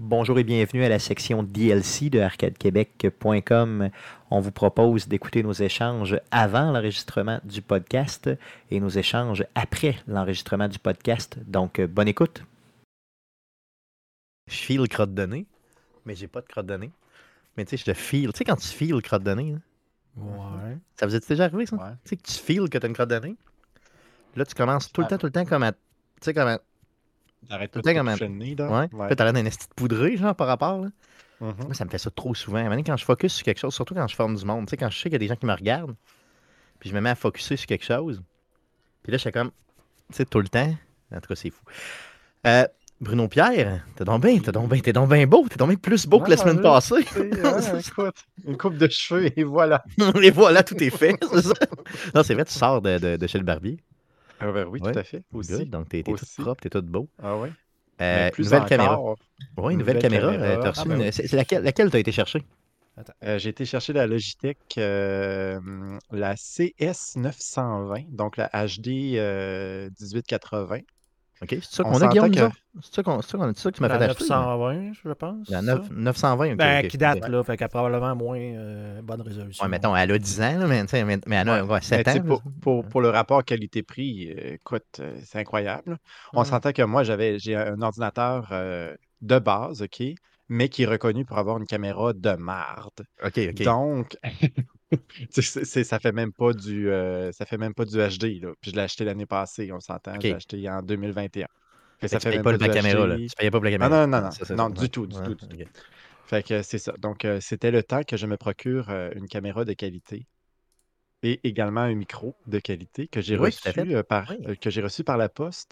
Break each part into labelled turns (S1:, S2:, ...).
S1: Bonjour et bienvenue à la section DLC de arcadequebec.com. On vous propose d'écouter nos échanges avant l'enregistrement du podcast et nos échanges après l'enregistrement du podcast. Donc, bonne écoute. Je file crotte de nez, mais j'ai pas de crotte de nez. Mais tu sais, je le file. Tu sais, quand tu files crotte de nez, hein?
S2: Ouais.
S1: Ça vous est déjà arrivé, ça?
S2: Ouais.
S1: Tu sais, que tu files que tu as une crotte de nez. Là, tu commences tout le temps comme à. Tu sais, comme à.
S2: T'arrêtes
S1: Tout
S2: pas
S1: le
S2: de
S1: temps comme à.
S2: toucher le nez, là.
S1: Ouais. Puis là, t'as l'air d'un esti de poudré, genre, par rapport, là.
S2: Mhm.
S1: Moi, ça me fait ça trop souvent. Maintenant, quand je focus sur quelque chose, surtout quand je forme du monde, tu sais, quand je sais qu'il y a des gens qui me regardent, puis je me mets à focuser sur quelque chose, puis là, je suis comme, tu sais, tout le temps. En tout cas, c'est fou. Bruno Pierre, t'es donc bien beau, t'es donc bien plus beau que la semaine passée.
S2: Écoute, une coupe de cheveux et voilà.
S1: Et voilà, tout est fait, c'est ça. Non, c'est vrai, tu sors de chez le barbier.
S2: Ah ben oui,
S1: Ouais.
S2: tout à fait. Aussi.
S1: Good, donc t'es tout
S2: Aussi.
S1: propre, t'es tout beau.
S2: Ah oui. Mais plus
S1: Nouvelle
S2: encore.
S1: caméra. Oui, nouvelle caméra. T'as reçu
S2: oui.
S1: c'est laquelle t'as été chercher?
S2: Attends, j'ai été chercher la Logitech, la CS920, donc la HD 1880.
S1: OK, c'est ça
S2: On
S1: qu'on a, Guillaume,
S2: s'entend
S1: nous autres? C'est ça que tu m'as fait
S3: La
S1: acheter?
S3: 920, je pense.
S1: La
S3: ça.
S1: 920, OK.
S3: Ben,
S1: OK.
S3: qui date, là. Fait qu'elle a probablement moins bonne résolution.
S1: Ouais, mettons, elle a 10 ans, là, mais elle a
S2: Ouais.
S1: 7
S2: Mais tu sais,
S1: ans.
S2: pour le rapport qualité-prix, écoute, c'est incroyable. On s'entend que moi, j'ai un ordinateur de base, OK, mais qui est reconnu pour avoir une caméra de marde.
S1: OK.
S2: Donc, tu sais, ça fait même pas du HD, là. Puis je l'ai acheté l'année passée, on s'entend.
S1: OK.
S2: Je l'ai acheté en 2021.
S1: Fait
S2: Ça
S1: que tu
S2: fait
S1: payes
S2: même
S1: pas
S2: pas
S1: pour la
S2: du
S1: caméra, là.
S2: HD.
S1: Tu payais pas pour la
S2: Ah
S1: caméra.
S2: non, non,
S1: C'est
S2: non,
S1: ça.
S2: du tout, du
S1: Ouais,
S2: tout.
S1: OK.
S2: Fait que c'est ça. Donc, c'était le temps que je me procure une caméra de qualité et également un micro de qualité que j'ai
S1: Oui, tout à fait. Oui.
S2: que j'ai reçu par la poste.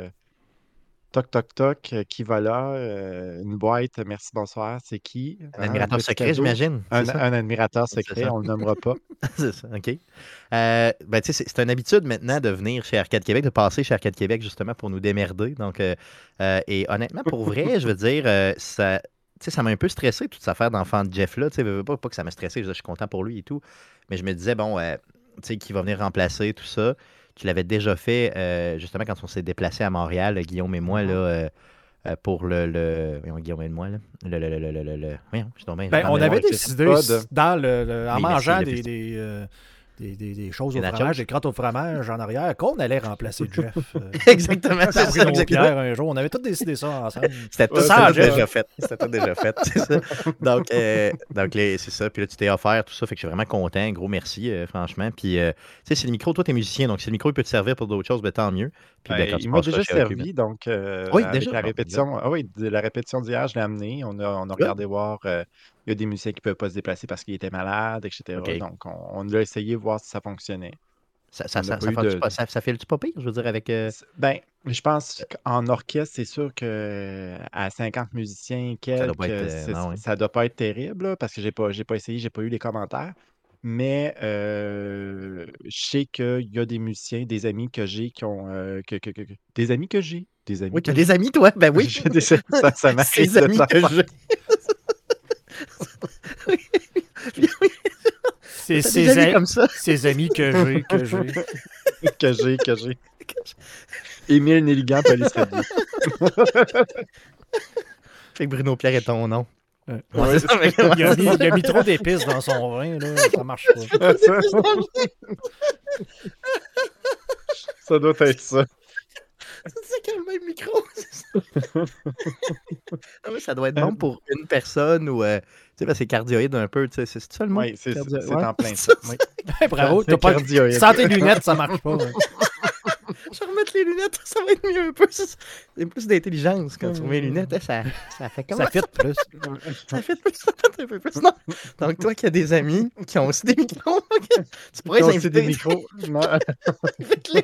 S2: Toc, toc, toc, qui va là? Une boîte, merci, bonsoir. C'est qui?
S1: Un
S2: Un
S1: admirateur
S2: petit
S1: secret,
S2: cadeau.
S1: j'imagine. C'est ça?
S2: Un admirateur
S1: C'est
S2: secret,
S1: ça.
S2: on le nommera pas.
S1: C'est ça, OK. Ben, tu sais, c'est une habitude maintenant de venir chez Arcade Québec, de passer chez Arcade Québec justement pour nous démerder. Donc, et honnêtement, pour vrai, je veux dire, ça. Tu sais, ça m'a un peu stressé, toute cette affaire d'enfant de Jeff-là. Tu sais, pas que ça m'a stressé, je suis content pour lui et tout. Mais je me disais, bon, tu sais, qui va venir remplacer tout ça. Tu l'avais déjà fait, justement, quand on s'est déplacé à Montréal, Guillaume et moi, là, pour voyons, Guillaume et moi, là. Voyons, je suis tombé.
S3: Ben, on avait décidé, en
S1: Oui,
S3: mangeant
S1: merci,
S3: des choses
S1: Des
S3: au
S1: nachos.
S3: fromage, des crottes au fromage en arrière, qu'on allait remplacer Jeff.
S1: Exactement, c'est
S3: Par
S1: ça.
S3: Bruno
S1: Exactement.
S3: Pierre un jour. On avait tous décidé ça ensemble.
S1: C'était tout
S3: Sans Jeff.
S1: déjà fait. C'était tout déjà fait, c'est ça. Donc c'est ça. Puis là, tu t'es offert tout ça. Fait que je suis vraiment content. Un gros merci, franchement. Puis, tu sais, si le micro, toi, t'es musicien. Donc, si le micro, il peut te servir pour d'autres choses, ben, tant mieux. Puis, ben, quand tu
S2: Il m'a
S1: passeras
S2: déjà
S1: chez Recube,
S2: servi, donc
S1: oui,
S2: avec
S1: déjà.
S2: la
S1: Bon,
S2: répétition. Ah oui, de la répétition d'hier, je l'ai amené. On a regardé voir. Il y a des musiciens qui ne peuvent pas se déplacer parce qu'ils étaient malades, etc.
S1: OK.
S2: Donc, on l'a essayé voir si ça fonctionnait.
S1: Ça
S2: On n'a pas eu de.
S1: file-tu pas pire, je veux dire, avec.
S2: Ben, je pense qu'en orchestre, c'est sûr que à 50 musiciens,
S1: Ça doit pas
S2: quelques,
S1: être. Non, oui.
S2: ça doit pas être terrible, là, parce que j'ai pas essayé, j'ai pas eu les commentaires. Mais je sais qu'il y a des musiciens, des amis que j'ai qui ont des amis que j'ai. Des amis
S1: Oui, tu as
S2: que
S1: des
S2: j'ai.
S1: amis, toi? Ben oui.
S2: Ça m'arrive
S1: Ces
S2: de
S1: amis
S2: temps
S1: que
S2: en
S1: j'ai.
S3: C'est
S1: T'as des amis comme ça.
S3: Ces amis que j'ai.
S2: que j'ai. Émile Nelligan, Police Radio.
S1: Fait que Bruno Pierre est ton nom.
S3: Ouais.
S1: Ouais, c'est ça, mais-
S3: Il a mis trop d'épices dans son vin, là. Ça marche pas.
S2: Ça doit être ça.
S1: C'est quand même micro. Non, mais ça doit être bon pour une personne ou tu sais, parce que c'est cardioïde un peu, tu sais, c'est ça le mot?
S2: Oui, c'est
S1: Ouais.
S2: en plein ça. Oui.
S3: Bravo.
S2: C'est cardioïde.
S3: Sans tes lunettes, ça marche pas. Ouais.
S1: Je vais remettre les lunettes, ça va être mieux un peu. C'est plus d'intelligence quand tu remets les lunettes, hein, ça fait comme
S3: Ça fit plus.
S1: ça fait plus, ça fait un peu plus. Non. Donc toi qui as des amis qui ont aussi des micros, tu pourrais les
S2: Donc, c'est
S1: inviter.
S2: des micros. Non.
S1: Invite-les.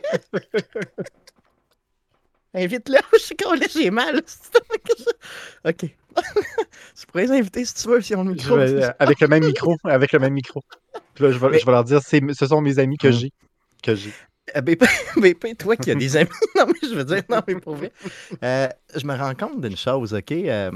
S1: Invite-le. Je sais qu'on là, j'ai mal. OK. Tu pourrais les inviter si tu veux, si on le micro.
S2: Avec le même micro. Avec le même micro. Puis là, je vais leur dire, ce sont mes amis que j'ai.
S1: BP, toi qui as des amis. Non, mais je veux dire, non, mais pour vrai. Je me rends compte d'une chose, OK?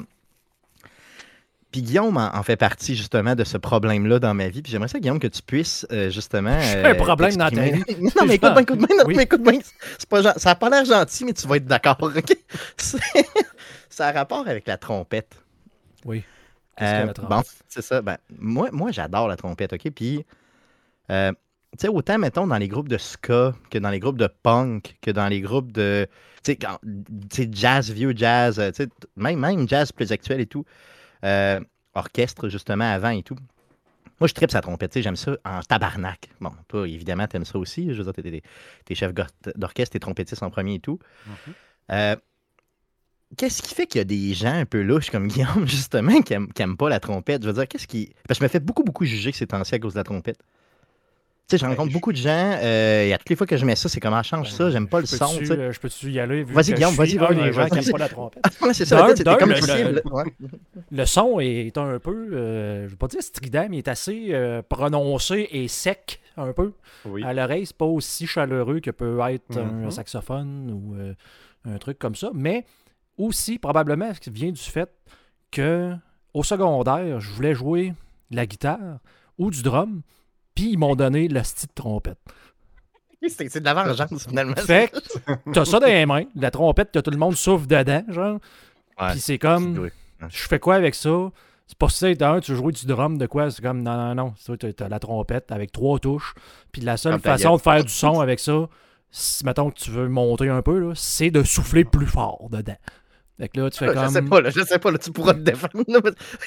S1: Puis Guillaume en fait partie, justement, de ce problème-là dans ma vie. Puis j'aimerais ça, Guillaume, que tu puisses, justement...
S3: un problème dans ta vie.
S1: Non, mais écoute bien,
S3: Oui.
S1: écoute bien. Ça n'a pas l'air gentil, mais tu vas être d'accord, OK? Ça a rapport avec la trompette.
S3: Oui. Qu'est-ce que la
S1: Bon,
S3: trompette?
S1: c'est ça. Ben, moi j'adore la trompette, OK? Puis, tu sais, autant, mettons, dans les groupes de ska que dans les groupes de punk, que dans les groupes de, tu sais, jazz, vieux jazz, tu sais, même jazz plus actuel et tout, euh, orchestre, justement, avant et tout. Moi, je tripe sa trompette, tu sais, j'aime ça en tabarnak. Bon, toi, évidemment, t'aimes ça aussi. Je veux dire, t'es chef d'orchestre, t'es trompettiste en premier et tout.
S2: Mhm.
S1: Euh, Qu'est-ce qui fait qu'il y a des gens un peu louches comme Guillaume, justement, qui aiment pas la trompette? Je veux dire, qu'est-ce qui. Parce que je me fais beaucoup juger ces temps-ci à cause de la trompette. Tu sais, je
S2: Ben,
S1: rencontre
S2: je-
S1: beaucoup de gens, et à toutes les fois que je mets ça, c'est comment change ça, j'aime pas le son, tu sais.
S3: Je peux-tu y aller vu
S1: Vas-y,
S3: que
S1: Guillaume,
S3: je suis
S1: vas-y,
S3: un des
S1: ouais,
S3: gens qui
S1: vas-y.
S3: n'aiment pas la trompette?
S1: Ouais, c'est ça, t'es comme
S3: Le,
S1: cible. Ouais.
S3: le son est un peu, je ne veux pas dire strident, mais il est assez prononcé et sec un peu.
S2: Oui.
S3: À l'oreille, c'est pas aussi chaleureux que peut être un
S2: Mhm.
S3: saxophone ou un truc comme ça. Mais aussi, probablement, ça vient du fait que au secondaire, je voulais jouer de la guitare ou du drum, puis ils m'ont donné le style de trompette.
S1: C'est de la vengeance, finalement.
S3: Fait que t'as ça dans les mains, la trompette que tout le monde souffle dedans, genre.
S1: Ouais,
S3: Puis c'est comme, je fais quoi avec ça? C'est pas ça, tu veux jouer du drum de quoi? C'est comme, non. T'as la trompette avec 3 touches. Puis la seule
S1: Ferme ta
S3: façon
S1: gueule.
S3: de faire du son avec ça, si, mettons que tu veux monter un peu, là, c'est de souffler plus fort dedans. Fait que là, tu fais
S1: Je
S3: comme...
S1: sais pas, là, tu pourras te défendre. Là,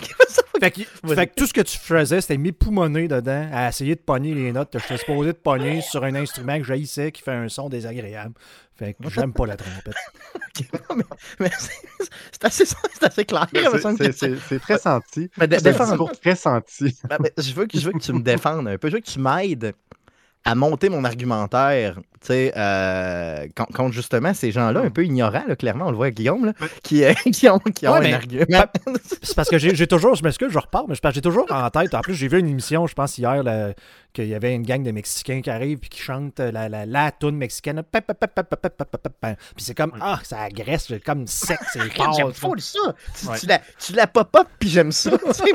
S3: Fait que tout ce que tu faisais, c'était m'époumoner dedans, à essayer de pogner les notes que je t'ai supposé de pogner sur un instrument que j'haïssais qui fait un son désagréable. Fait que j'aime pas la trompette.
S1: mais c'est assez clair.
S2: Mais
S1: me semble que-
S2: c'est très senti.
S1: Mais
S2: C'est un
S1: défends-
S2: discours très senti.
S1: mais je veux que tu me défendes un peu. Je veux que tu m'aides à monter mon argumentaire, tu sais, contre justement ces gens-là un peu ignorants, là, clairement, on le voit avec Guillaume, là, qui ont
S3: Ouais,
S1: un
S3: mais
S1: argument.
S3: C'est parce que j'ai toujours, je m'excuse, je repars, mais c'est parce que j'ai toujours en tête. En plus, j'ai vu une émission, je pense hier, qu'il y avait une gang de Mexicains qui arrivent et qui chantent la toune mexicaine. Puis c'est comme, ça agresse, c'est comme sec, c'est fort.
S1: J'aime full ça.
S3: Ouais.
S1: Tu la pop-up, puis j'aime ça. Tu sais,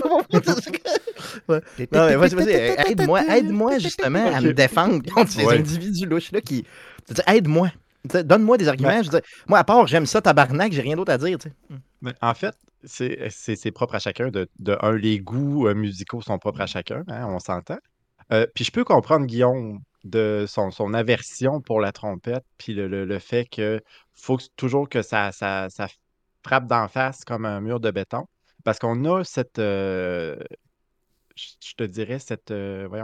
S1: ouais. Non, mais vas-y, aide-moi justement à me défendre contre ces individus louches-là qui. Je veux dire, aide-moi. Tu sais, donne-moi des arguments. Je veux dire, moi, à part j'aime ça, tabarnak, j'ai rien d'autre à dire. Tu sais.
S2: Mais en fait, c'est propre à chacun. Les goûts musicaux sont propres à chacun, hein, on s'entend. Puis je peux comprendre Guillaume de son aversion pour la trompette, puis le fait que faut toujours que ça frappe d'en face comme un mur de béton. Parce qu'on a cette, je te dirais, voyons,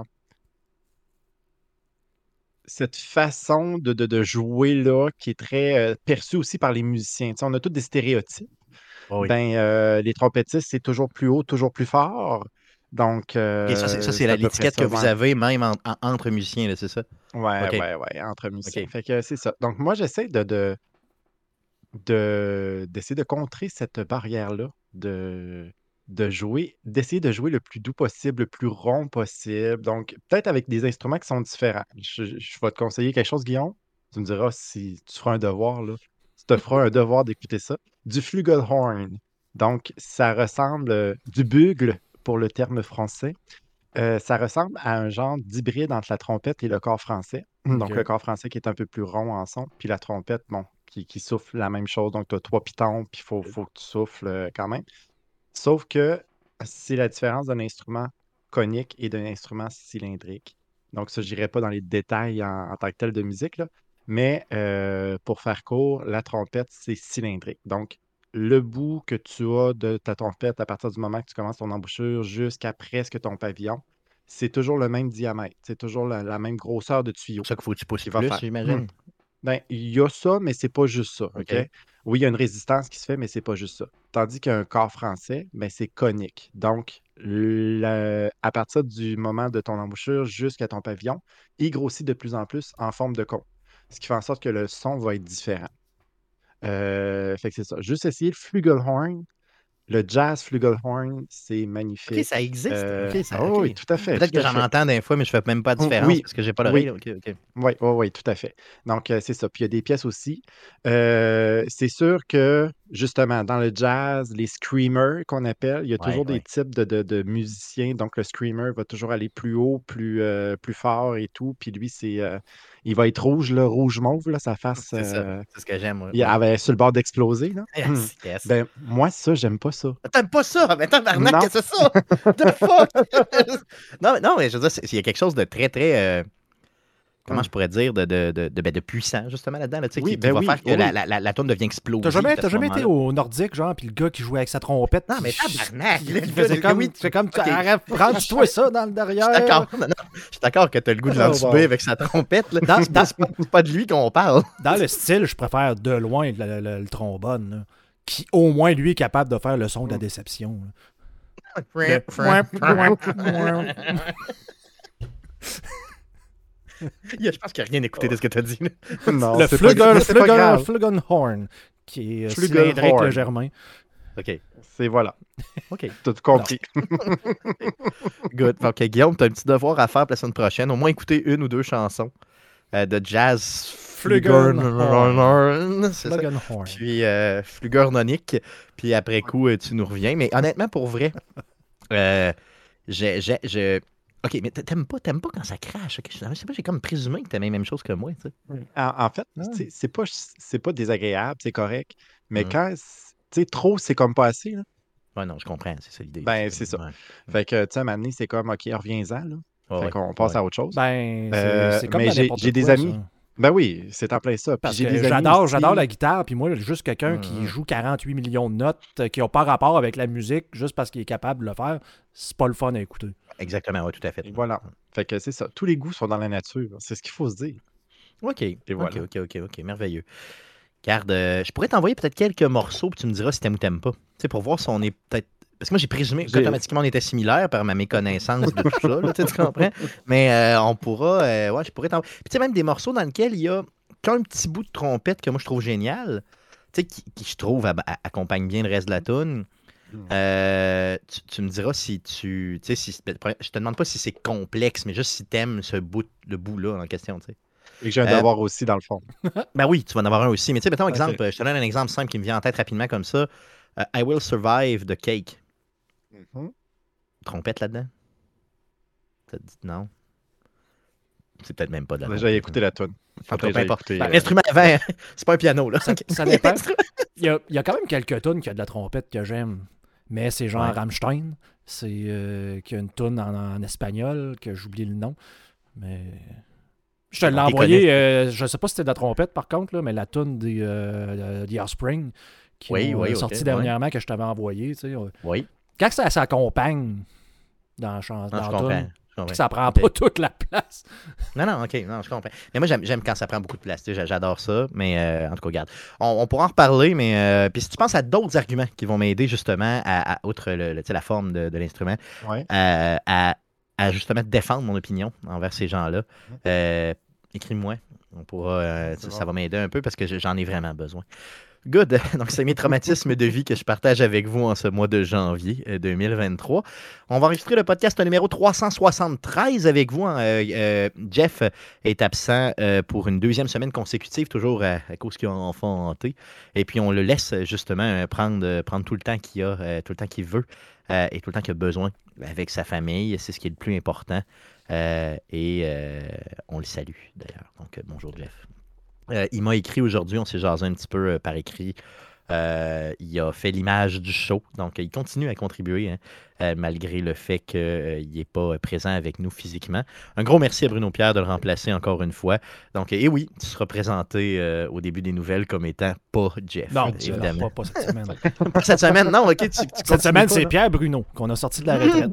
S2: cette façon de jouer là qui est très perçue aussi par les musiciens. Tu sais, on a tous des stéréotypes.
S1: Oh oui.
S2: Les trompettistes, c'est toujours plus haut, toujours plus fort. Donc,
S1: Ok, ça, c'est
S2: c'est à peu près
S1: l'étiquette que
S2: ça.
S1: vous
S2: Ouais,
S1: avez même entre musiciens, là, c'est ça?
S2: ouais,
S1: OK.
S2: ouais, entre musiciens.
S1: OK.
S2: Fait que c'est ça. Donc, moi, j'essaie d'essayer de contrer cette barrière-là, d'essayer de jouer le plus doux possible, le plus rond possible. Donc, peut-être avec des instruments qui sont différents. Je vais te conseiller quelque chose, Guillaume. Tu me diras si tu feras un devoir, là. Tu te feras un devoir d'écouter ça. Du flugelhorn. Donc, ça ressemble du bugle pour le terme français. Ça ressemble à un genre d'hybride entre la trompette et le corps français. Donc,
S3: Ok.
S2: le corps français qui est un peu plus rond en son, puis la trompette, bon, qui souffle la même chose. Donc, tu as 3 pitons, puis faut que tu souffles quand même. Sauf que c'est la différence d'un instrument conique et d'un instrument cylindrique. Donc, ça, je n'irai pas dans les détails en tant que tel de musique, là. Mais pour faire court, la trompette, c'est cylindrique. Donc, le bout que tu as de ta trompette à partir du moment que tu commences ton embouchure jusqu'à presque ton pavillon, c'est toujours le même diamètre. C'est toujours la même grosseur de tuyau
S1: C'est ça qu'il faut que tu pousses
S2: qui va
S1: plus,
S2: faire.
S1: j'imagine.
S2: Ben, il y a ça, mais c'est pas juste ça, OK?
S1: OK.
S2: Oui, il y a une résistance qui se fait, mais c'est pas juste ça. Tandis qu'un corps français, ben, c'est conique. Donc, à partir du moment de ton embouchure jusqu'à ton pavillon, il grossit de plus en plus en forme de cône. Ce qui fait en sorte que le son va être différent. Fait que c'est ça. Juste essayer le flugelhorn. Le jazz flugelhorn, c'est
S1: OK,
S2: magnifique.
S1: ça existe. OK,
S2: Oh oui,
S1: OK.
S2: tout à fait,
S1: Peut-être
S2: tout
S1: que
S2: à
S1: j'en
S2: fait.
S1: entends des fois, mais je fais même pas la différence
S2: Oui,
S1: parce que j'ai pas l'oreille.
S2: oui.
S1: Là. OK, OK.
S2: Oui, oui, oui, tout à fait. Donc, c'est ça. Puis il y a des pièces aussi. C'est sûr que justement, dans le jazz, les screamers qu'on appelle, il y a toujours des types de musiciens. Donc, le screamer va toujours aller plus haut, plus fort et tout. Puis lui, il va être rouge, là, rouge-mauve, là, sa face.
S1: C'est ça. C'est ce que j'aime.
S2: Il avait sur le bord d'exploser, là.
S1: Yes.
S2: Ben, moi, ça, j'aime pas ça.
S1: T'aimes pas ça? Mais tabarnak,
S2: Non.
S1: que c'est ça? The fuck? non, mais je veux dire, il y a quelque chose de très, très... comment je pourrais dire, de puissant, justement, là-dedans, là, qui va faire que la toune devient explosive.
S3: T'as jamais été au Nordique, genre, puis le gars qui jouait avec sa trompette.
S1: Non, mais tabarnak!
S3: Il faisait comme arrête, prends-toi ça dans le derrière.
S1: Je suis d'accord que t'as le goût de l'entuber avec sa trompette. Là. C'est pas de lui qu'on parle.
S3: Dans le style, je préfère de loin le trombone, là, qui au moins, lui, est capable de faire le son de la déception.
S1: Je pense qu'il n'y a rien écouté de ce que tu as dit.
S2: Non,
S3: le Flugelhorn, qui est cylindrique le Germain.
S1: OK.
S2: C'est voilà.
S1: OK.
S2: T'as tout compris.
S1: Good. OK, Guillaume, tu as un petit devoir à faire pour la semaine prochaine. Au moins écouter une ou deux chansons de jazz
S3: Flugelhorn.
S1: Puis Flugelhornique. Puis après coup, tu nous reviens. Mais honnêtement, pour vrai, OK, mais t'aimes pas quand ça crache. Okay? Je sais pas, j'ai comme présumé que t'aimais la même chose que moi. Tu sais.
S2: En fait, c'est pas désagréable, c'est correct. Mais quand, trop, c'est comme pas assez. Là.
S1: Ouais, non, je comprends, c'est ça l'idée.
S2: Ben, c'est ça.
S1: Ouais.
S2: Fait que, tu sais, à un moment donné, c'est comme, OK, reviens-en. Là. Fait qu'on passe à autre chose.
S3: Ben, c'est comme
S2: mais j'ai des amis. Ça. Ben oui, c'est en plein ça.
S3: Parce que j'adore la guitare, puis moi, juste quelqu'un qui joue 48 millions de notes qui n'ont pas rapport avec la musique, juste parce qu'il est capable de le faire, c'est pas le fun à écouter.
S1: Exactement, oui, tout à fait.
S2: Et voilà. Fait que c'est ça. Tous les goûts sont dans la nature. C'est ce qu'il faut se dire.
S1: OK. OK, merveilleux. Garde, je pourrais t'envoyer peut-être quelques morceaux, puis tu me diras si t'aimes ou t'aimes pas. Tu sais, pour voir si on est peut-être... Parce que moi, j'ai présumé qu'automatiquement, on était similaires par ma méconnaissance de tout ça, là, tu comprends? Mais on pourra... je pourrais t'envoyer... Puis tu sais, même des morceaux dans lesquels il y a qu'un petit bout de trompette que moi, je trouve génial, tu sais, qui je trouve accompagne bien le reste de la tune. Tu me diras si tu sais, je te demande pas si c'est complexe, mais juste si t'aimes le bout-là en question, tu sais.
S2: Et que j'ai un devoir aussi, dans le fond.
S1: Ben oui, tu vas en avoir un aussi. Mais tu sais, mettons, exemple, je te donne un exemple simple qui me vient en tête rapidement comme ça. I Will Survive de Cake. Trompette là-dedans? Ça te dit non? C'est peut-être même pas de la trompette.
S2: J'ai écouté la tune.
S1: L'instrument avant, c'est pas un piano, là.
S3: Ça dépend. Il y a quand même quelques tunes qui a de la trompette que j'aime. Mais c'est genre Rammstein. C'est qui a une tune en espagnol que j'oublie le nom. Mais... Je te l'ai envoyé, je sais pas si c'était de la trompette par contre, là, mais la tune des Offspring qui est sortie dernièrement que je t'avais envoyé. Tu sais, quand ça s'accompagne dans la tune, ça prend pas toute la place.
S1: Non, OK, non, je comprends. Mais moi, j'aime quand ça prend beaucoup de place. Tu sais, j'adore ça, mais en tout cas, regarde. On pourra en reparler, mais puis si tu penses à d'autres arguments qui vont m'aider justement, outre la forme de l'instrument, à justement défendre mon opinion envers ces gens-là, écris-moi. On pourra, ça va m'aider un peu parce que j'en ai vraiment besoin. Good. Donc, c'est mes traumatismes de vie que je partage avec vous en ce mois de janvier 2023. On va enregistrer le podcast numéro 373 avec vous. Jeff est absent pour une deuxième semaine consécutive, toujours à cause qu'il a un enfant hanté. Et puis, on le laisse justement prendre tout le temps qu'il a, tout le temps qu'il veut et tout le temps qu'il a besoin avec sa famille. C'est ce qui est le plus important. Et on le salue, d'ailleurs. Donc, bonjour, Jeff. Il m'a écrit aujourd'hui, on s'est jasé un petit peu par écrit. Il a fait l'image du show, donc il continue à contribuer, malgré le fait qu'il n'est pas présent avec nous physiquement. Un gros merci à Bruno Pierre de le remplacer encore une fois. Donc, et oui, tu seras présenté au début des nouvelles comme étant pas Jeff.
S3: Non, évidemment. Pas cette semaine.
S1: Pas cette semaine, non, ok.
S3: Cette semaine, c'est Pierre Bruno qu'on a sorti de la retraite.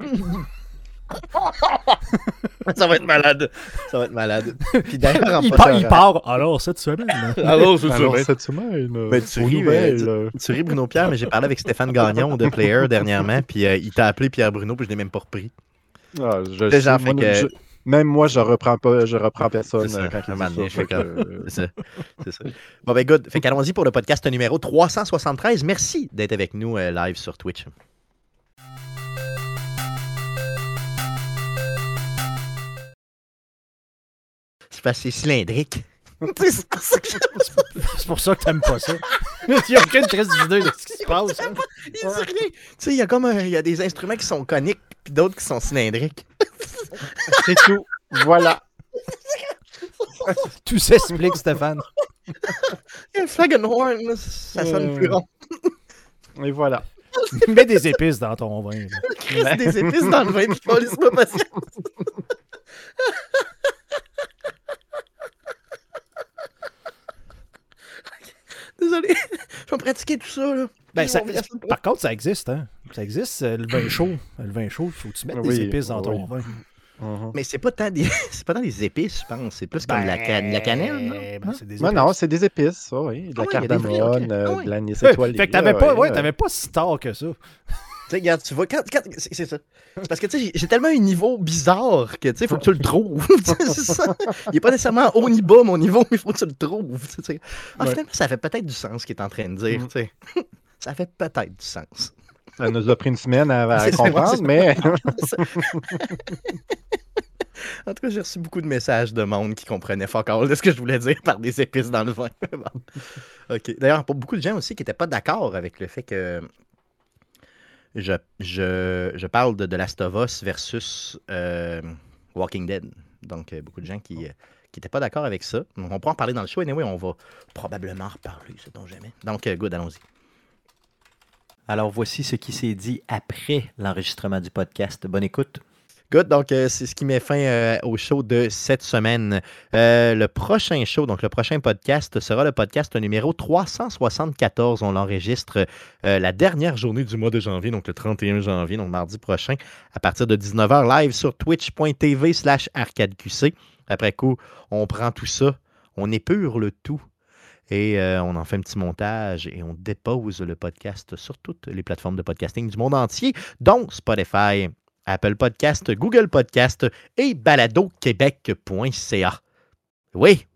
S1: Ça va être malade. Puis d'ailleurs,
S3: il part. Alors, cette semaine.
S2: Cette semaine.
S1: Ben, tu ris, Bruno Pierre, mais j'ai parlé avec Stéphane Gagnon de Player dernièrement, puis il t'a appelé Pierre Bruno, puis je l'ai même pas repris.
S2: Même moi, je reprends personne quand il
S1: dit ça. C'est ça. Bon, ben, good. Fait qu'allons-y pour le podcast numéro 373. Merci d'être avec nous live sur Twitch. C'est parce que c'est cylindrique.
S3: C'est pour ça que t'aimes pas ça. Il n'y a aucune crise d'idée de ce qui se passe. Hein.
S1: Il dit rien. Tu sais, il y a il y a des instruments qui sont coniques puis d'autres qui sont cylindriques.
S2: C'est tout. Voilà.
S3: Tout s'explique, Stéphane.
S1: Un flagonhorn, là, ça sonne plus rond.
S2: Et voilà.
S3: Mets des épices dans ton vin. Là.
S1: Chris, des épices dans le vin, puis on laisse pas passer. Désolé, je vais pratiquer tout ça, là.
S3: Ben, par contre, ça existe, hein. Ça existe, le vin chaud. Le vin chaud, il faut que tu mettes des épices dans ton vin.
S1: Mais c'est pas tant des épices, je pense. C'est plus comme la cannelle, non?
S3: C'est des
S2: épices. Non, c'est des épices, ça, oui. De la cardamone, de l'anis étoilé.
S3: Fait que t'avais pas si tard que ça.
S1: Tu sais, regarde, tu vois, c'est ça. C'est parce que, tu sais, j'ai tellement un niveau bizarre que, tu sais, il faut que tu le trouves. C'est ça. Il n'est pas nécessairement haut ni bas, mon niveau, mais il faut que tu le trouves. Finalement, ça fait peut-être du sens ce qu'il est en train de dire, tu sais. Ça fait peut-être du sens.
S2: Ça nous a pris une semaine à comprendre, mais...
S1: En tout cas, j'ai reçu beaucoup de messages de monde qui comprenaient fuck all de ce que je voulais dire par des épices dans le vin. Bon. OK. D'ailleurs, pour beaucoup de gens aussi qui n'étaient pas d'accord avec le fait que je parle de Last of Us versus Walking Dead. Donc, beaucoup de gens qui n'étaient pas d'accord avec ça. Donc, on pourra en parler dans le show. Anyway, on va probablement en reparler, sait-on jamais. Donc, good, allons-y.
S4: Alors, voici ce qui s'est dit après l'enregistrement du podcast. Bonne écoute.
S1: Good, donc c'est ce qui met fin au show de cette semaine. Le prochain show, donc le prochain podcast, sera le podcast numéro 374. On l'enregistre la dernière journée du mois de janvier, donc le 31 janvier, donc mardi prochain, à partir de 19h live sur twitch.tv/arcadeqc. Après coup, on prend tout ça, on épure le tout et on en fait un petit montage et on dépose le podcast sur toutes les plateformes de podcasting du monde entier, dont Spotify, Apple Podcast, Google Podcast et baladoquebec.ca. Oui.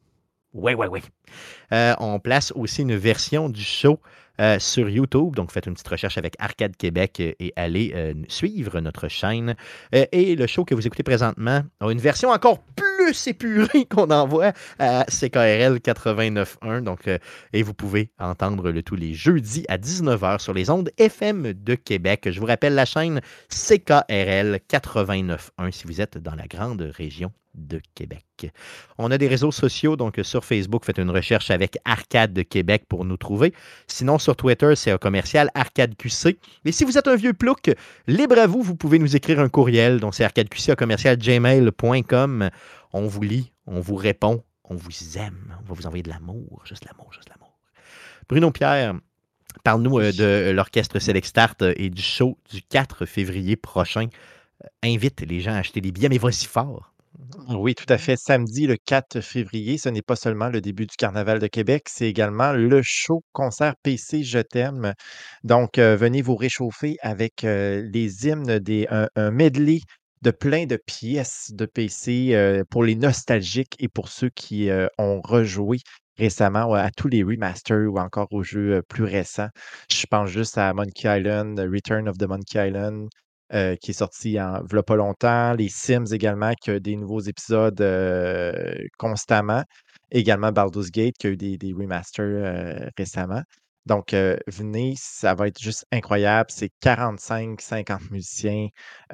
S1: On place aussi une version du show sur YouTube. Donc, faites une petite recherche avec Arcade Québec et allez suivre notre chaîne. Et le show que vous écoutez présentement a une version encore plus épurée qu'on envoie à CKRL 89.1. Donc, et vous pouvez entendre le tout les jeudis à 19h sur les ondes FM de Québec. Je vous rappelle la chaîne CKRL 89.1 si vous êtes dans la grande région de Québec. On a des réseaux sociaux, donc sur Facebook, faites une recherche avec Arcade Québec pour nous trouver. Sinon, sur Twitter, c'est un commercial ArcadeQC. Et si vous êtes un vieux plouc, libre à vous, vous pouvez nous écrire un courriel, donc c'est arcadeqc@gmail.com. On vous lit, on vous répond, on vous aime, on va vous envoyer de l'amour, juste l'amour, juste l'amour. Bruno Pierre, parle-nous de l'Orchestre Select Start et du show du 4 février prochain. Invite les gens à acheter des billets, mais vas-y fort.
S2: Oui, tout à fait. Samedi, le 4 février, ce n'est pas seulement le début du Carnaval de Québec, c'est également le show concert PC Je t'aime. Donc, venez vous réchauffer avec les hymnes, un medley de plein de pièces de PC pour les nostalgiques et pour ceux qui ont rejoué récemment à tous les remasters ou encore aux jeux plus récents. Je pense juste à Monkey Island, Return of the Monkey Island, qui est sorti v'là pas longtemps. Les Sims également, qui a des nouveaux épisodes constamment. Également Baldur's Gate, qui a eu des remasters récemment. Donc, venez, ça va être juste incroyable. C'est 45-50 musiciens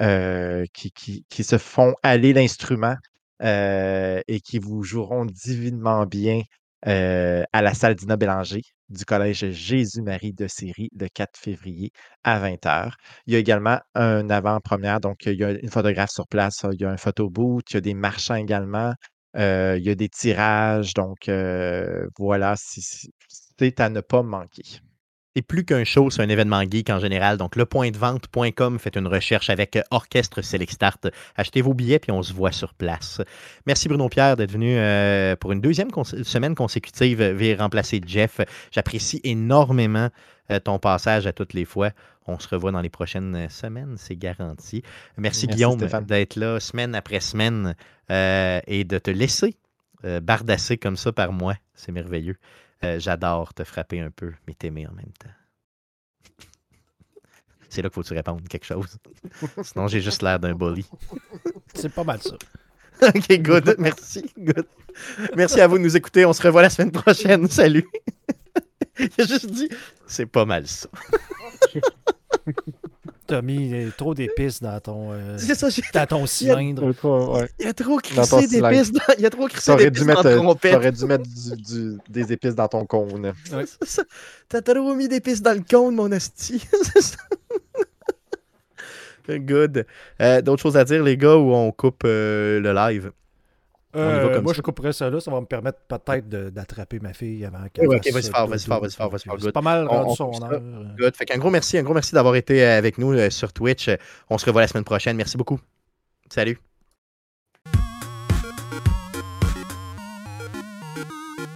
S2: qui se font aller l'instrument et qui vous joueront divinement bien à la salle Dina Bélanger du Collège Jésus-Marie de Séry le 4 février à 20h. Il y a également un avant-première, donc il y a une photographe sur place, il y a un photobooth, il y a des marchands également, il y a des tirages, donc voilà, c'est à ne pas manquer.
S1: C'est plus qu'un show, c'est un événement geek en général. Donc, lepointdevente.com, faites une recherche avec Orchestre Select Start. Achetez vos billets, puis on se voit sur place. Merci Bruno Pierre d'être venu pour une deuxième semaine consécutive remplacer Jeff. J'apprécie énormément ton passage à toutes les fois. On se revoit dans les prochaines semaines, c'est garanti. Merci Guillaume d'être là semaine après semaine et de te laisser bardasser comme ça par moi. C'est merveilleux. J'adore te frapper un peu, mais t'aimer en même temps. C'est là qu'il faut que tu répondes quelque chose. Sinon, j'ai juste l'air d'un bully.
S3: C'est pas mal ça.
S1: OK, good. Merci. Good. Merci à vous de nous écouter. On se revoit la semaine prochaine. Salut. Il a juste dit, c'est pas mal ça.
S3: T'as mis trop d'épices dans ton,
S1: C'est ça,
S3: dans ton cylindre.
S2: Ouais.
S1: il a trop
S2: Dans ton
S1: crissé
S2: cylindre.
S1: d'épices dans... Il a trop crissé
S2: T'aurais dû
S1: d'épices dans la trompette.
S2: t'aurais dû mettre des épices dans ton cône.
S3: Ouais.
S1: C'est ça. T'as trop mis d'épices dans le cône, mon asti. C'est ça. Good. D'autres choses à dire, les gars, ou on coupe le live? On y va comme
S3: Moi,
S1: ça.
S3: je couperais ça là. Ça va me permettre peut-être d'attraper ma fille avant qu'elle
S1: Ouais, ok,
S3: fasse
S1: vas-y fort.
S3: C'est
S1: Good.
S3: pas mal
S1: On
S3: rendu son
S1: coupe ça.
S3: heure.
S1: Good. Fait qu'un gros merci d'avoir été avec nous sur Twitch. On se revoit la semaine prochaine. Merci beaucoup. Salut.